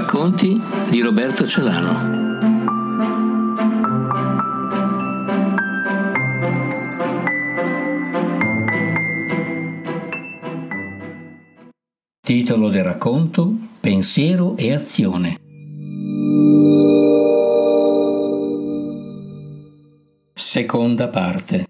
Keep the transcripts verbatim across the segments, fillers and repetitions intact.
Racconti di Roberto Celano. Titolo del racconto: Pensiero e azione. Seconda parte.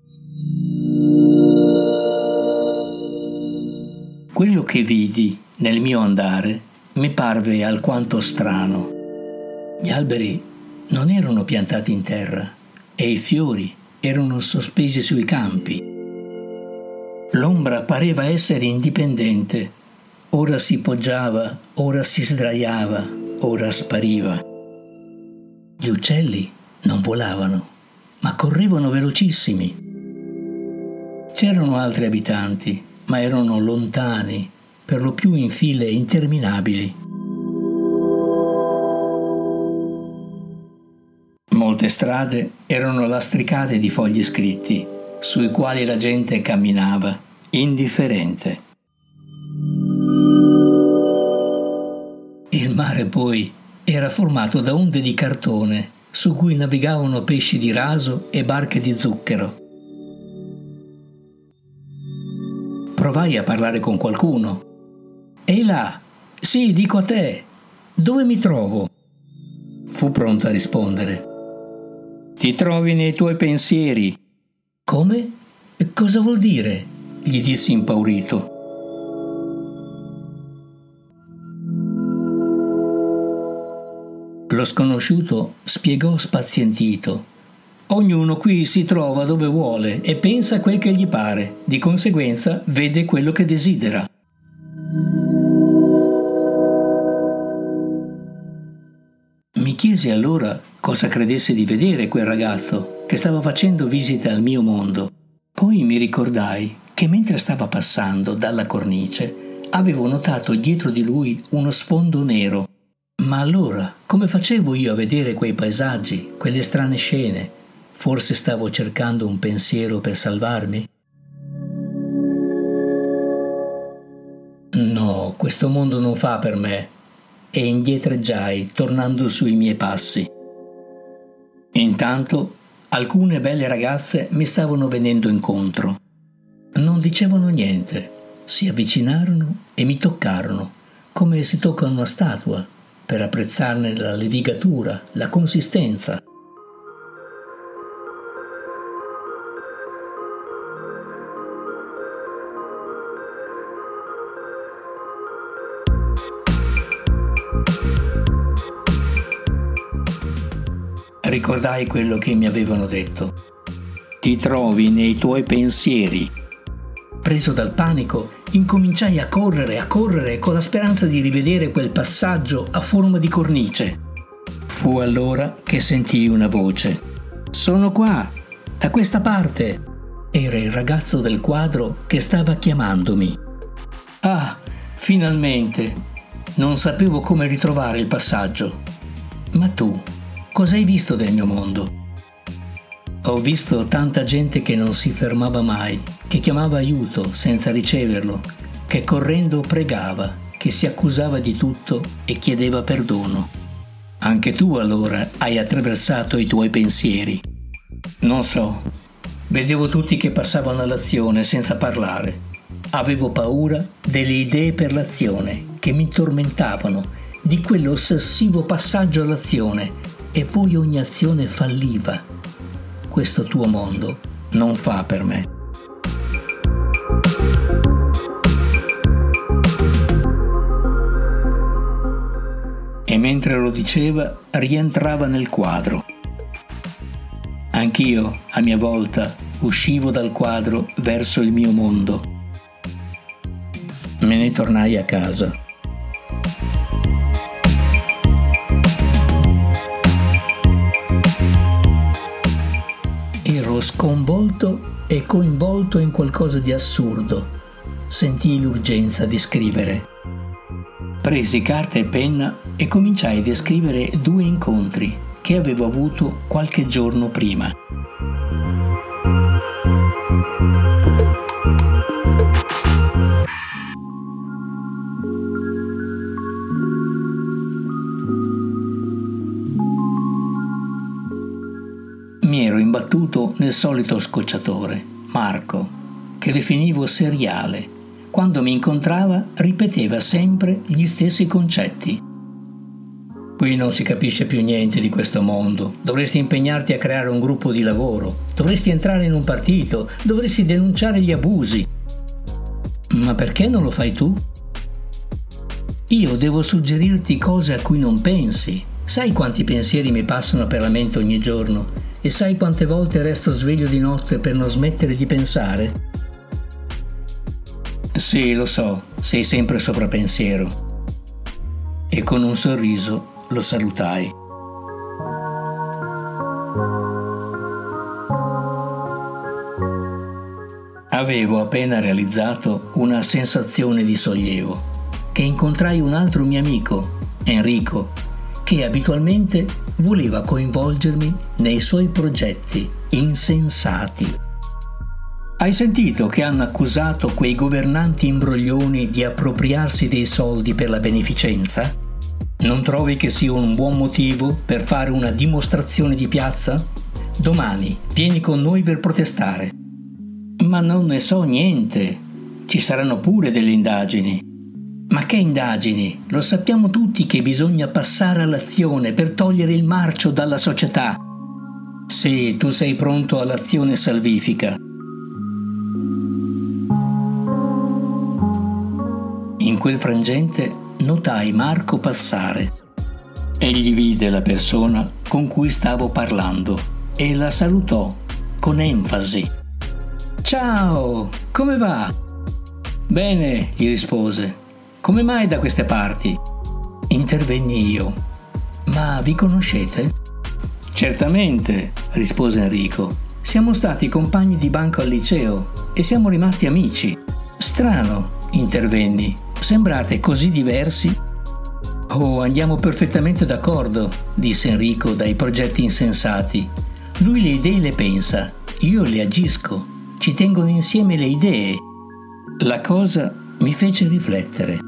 Quello che vidi nel mio andare mi parve alquanto strano. Gli alberi non erano piantati in terra e i fiori erano sospesi sui campi. L'ombra pareva essere indipendente. Ora si poggiava, ora si sdraiava, ora spariva. Gli uccelli non volavano, ma correvano velocissimi. C'erano altri abitanti, ma erano lontani, per lo più in file interminabili. Molte strade erano lastricate di fogli scritti, sui quali la gente camminava, indifferente. Il mare poi era formato da onde di cartone su cui navigavano pesci di raso e barche di zucchero. Provai a parlare con qualcuno. «Ehi là! Sì, dico a te! Dove mi trovo?» Fu pronto a rispondere. «Ti trovi nei tuoi pensieri». «Come? Cosa vuol dire?» gli dissi impaurito. Lo sconosciuto spiegò spazientito. Ognuno qui si trova dove vuole e pensa quel che gli pare, di conseguenza vede quello che desidera. Mi chiesi allora cosa credesse di vedere quel ragazzo che stava facendo visita al mio mondo. Poi mi ricordai che mentre stava passando dalla cornice avevo notato dietro di lui uno sfondo nero. Ma allora, come facevo io a vedere quei paesaggi, quelle strane scene? Forse stavo cercando un pensiero per salvarmi? No, questo mondo non fa per me. E indietreggiai, tornando sui miei passi. Intanto, alcune belle ragazze mi stavano venendo incontro. Non dicevano niente, si avvicinarono e mi toccarono, come si tocca una statua, per apprezzarne la levigatura, la consistenza. Ricordai quello che mi avevano detto. Ti trovi nei tuoi pensieri. Preso dal panico, incominciai a correre, a correre, con la speranza di rivedere quel passaggio a forma di cornice. Fu allora che sentii una voce. «Sono qua, da questa parte!» Era il ragazzo del quadro che stava chiamandomi. Ah, finalmente! Non sapevo come ritrovare il passaggio. Ma tu, cosa hai visto del mio mondo? Ho visto tanta gente che non si fermava mai, che chiamava aiuto senza riceverlo, che correndo pregava, che si accusava di tutto e chiedeva perdono. Anche tu allora hai attraversato i tuoi pensieri. Non so, vedevo tutti che passavano all'azione senza parlare. Avevo paura delle idee per l'azione che mi tormentavano, di quell'ossessivo passaggio all'azione, e poi ogni azione falliva. Questo tuo mondo non fa per me. E mentre lo diceva, rientrava nel quadro. Anch'io, a mia volta, uscivo dal quadro verso il mio mondo. Me ne tornai a casa. Ero sconvolto e coinvolto in qualcosa di assurdo. Sentii l'urgenza di scrivere. Presi carta e penna e cominciai a descrivere due incontri che avevo avuto qualche giorno prima. imbattuto nel solito scocciatore, Marco, che definivo seriale. Quando mi incontrava ripeteva sempre gli stessi concetti. Qui non si capisce più niente di questo mondo. Dovresti impegnarti a creare un gruppo di lavoro, dovresti entrare in un partito, dovresti denunciare gli abusi. Ma perché non lo fai tu? Io devo suggerirti cose a cui non pensi. Sai quanti pensieri mi passano per la mente ogni giorno? E sai quante volte resto sveglio di notte per non smettere di pensare? Sì, lo so, sei sempre sopra pensiero. E con un sorriso lo salutai. Avevo appena realizzato una sensazione di sollievo, che incontrai un altro mio amico, Enrico, che abitualmente voleva coinvolgermi nei suoi progetti insensati. Hai sentito che hanno accusato quei governanti imbroglioni di appropriarsi dei soldi per la beneficenza? Non trovi che sia un buon motivo per fare una dimostrazione di piazza? Domani vieni con noi per protestare. Ma non ne so niente. Ci saranno pure delle indagini. Ma che indagini? Lo sappiamo tutti che bisogna passare all'azione per togliere il marcio dalla società. Sì, tu sei pronto all'azione salvifica. In quel frangente notai Marco passare. Egli vide la persona con cui stavo parlando e la salutò con enfasi. Ciao, come va? Bene, gli rispose. Come mai da queste parti? Intervenni io. Ma vi conoscete? Certamente, rispose Enrico. Siamo stati compagni di banco al liceo e siamo rimasti amici. Strano, intervenni. Sembrate così diversi? Oh, andiamo perfettamente d'accordo, disse Enrico dai progetti insensati. Lui le idee le pensa, io le agisco. Ci tengono insieme le idee. La cosa mi fece riflettere.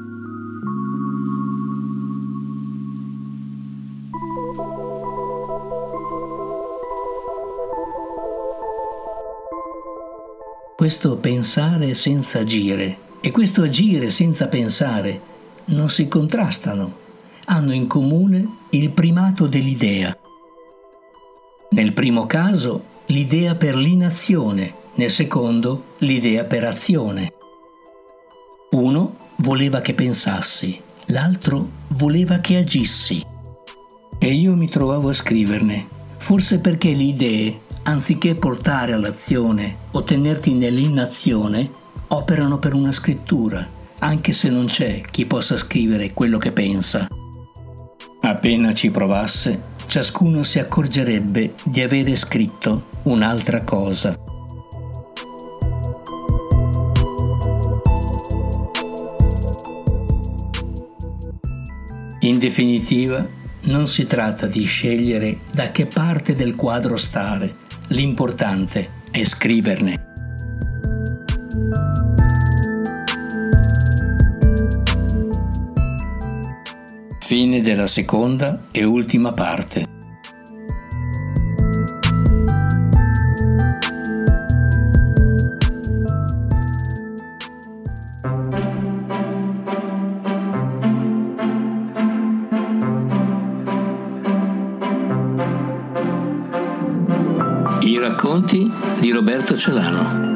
Questo pensare senza agire e questo agire senza pensare non si contrastano, hanno in comune il primato dell'idea. Nel primo caso l'idea per l'inazione, nel secondo l'idea per azione. Uno voleva che pensassi, l'altro voleva che agissi. E io mi trovavo a scriverne, forse perché le idee, anziché portare all'azione o tenerti nell'inazione, operano per una scrittura, anche se non c'è chi possa scrivere quello che pensa. Appena ci provasse, ciascuno si accorgerebbe di avere scritto un'altra cosa. In definitiva, non si tratta di scegliere da che parte del quadro stare, l'importante è scriverne. Fine della seconda e ultima parte. I racconti di Roberto Celano.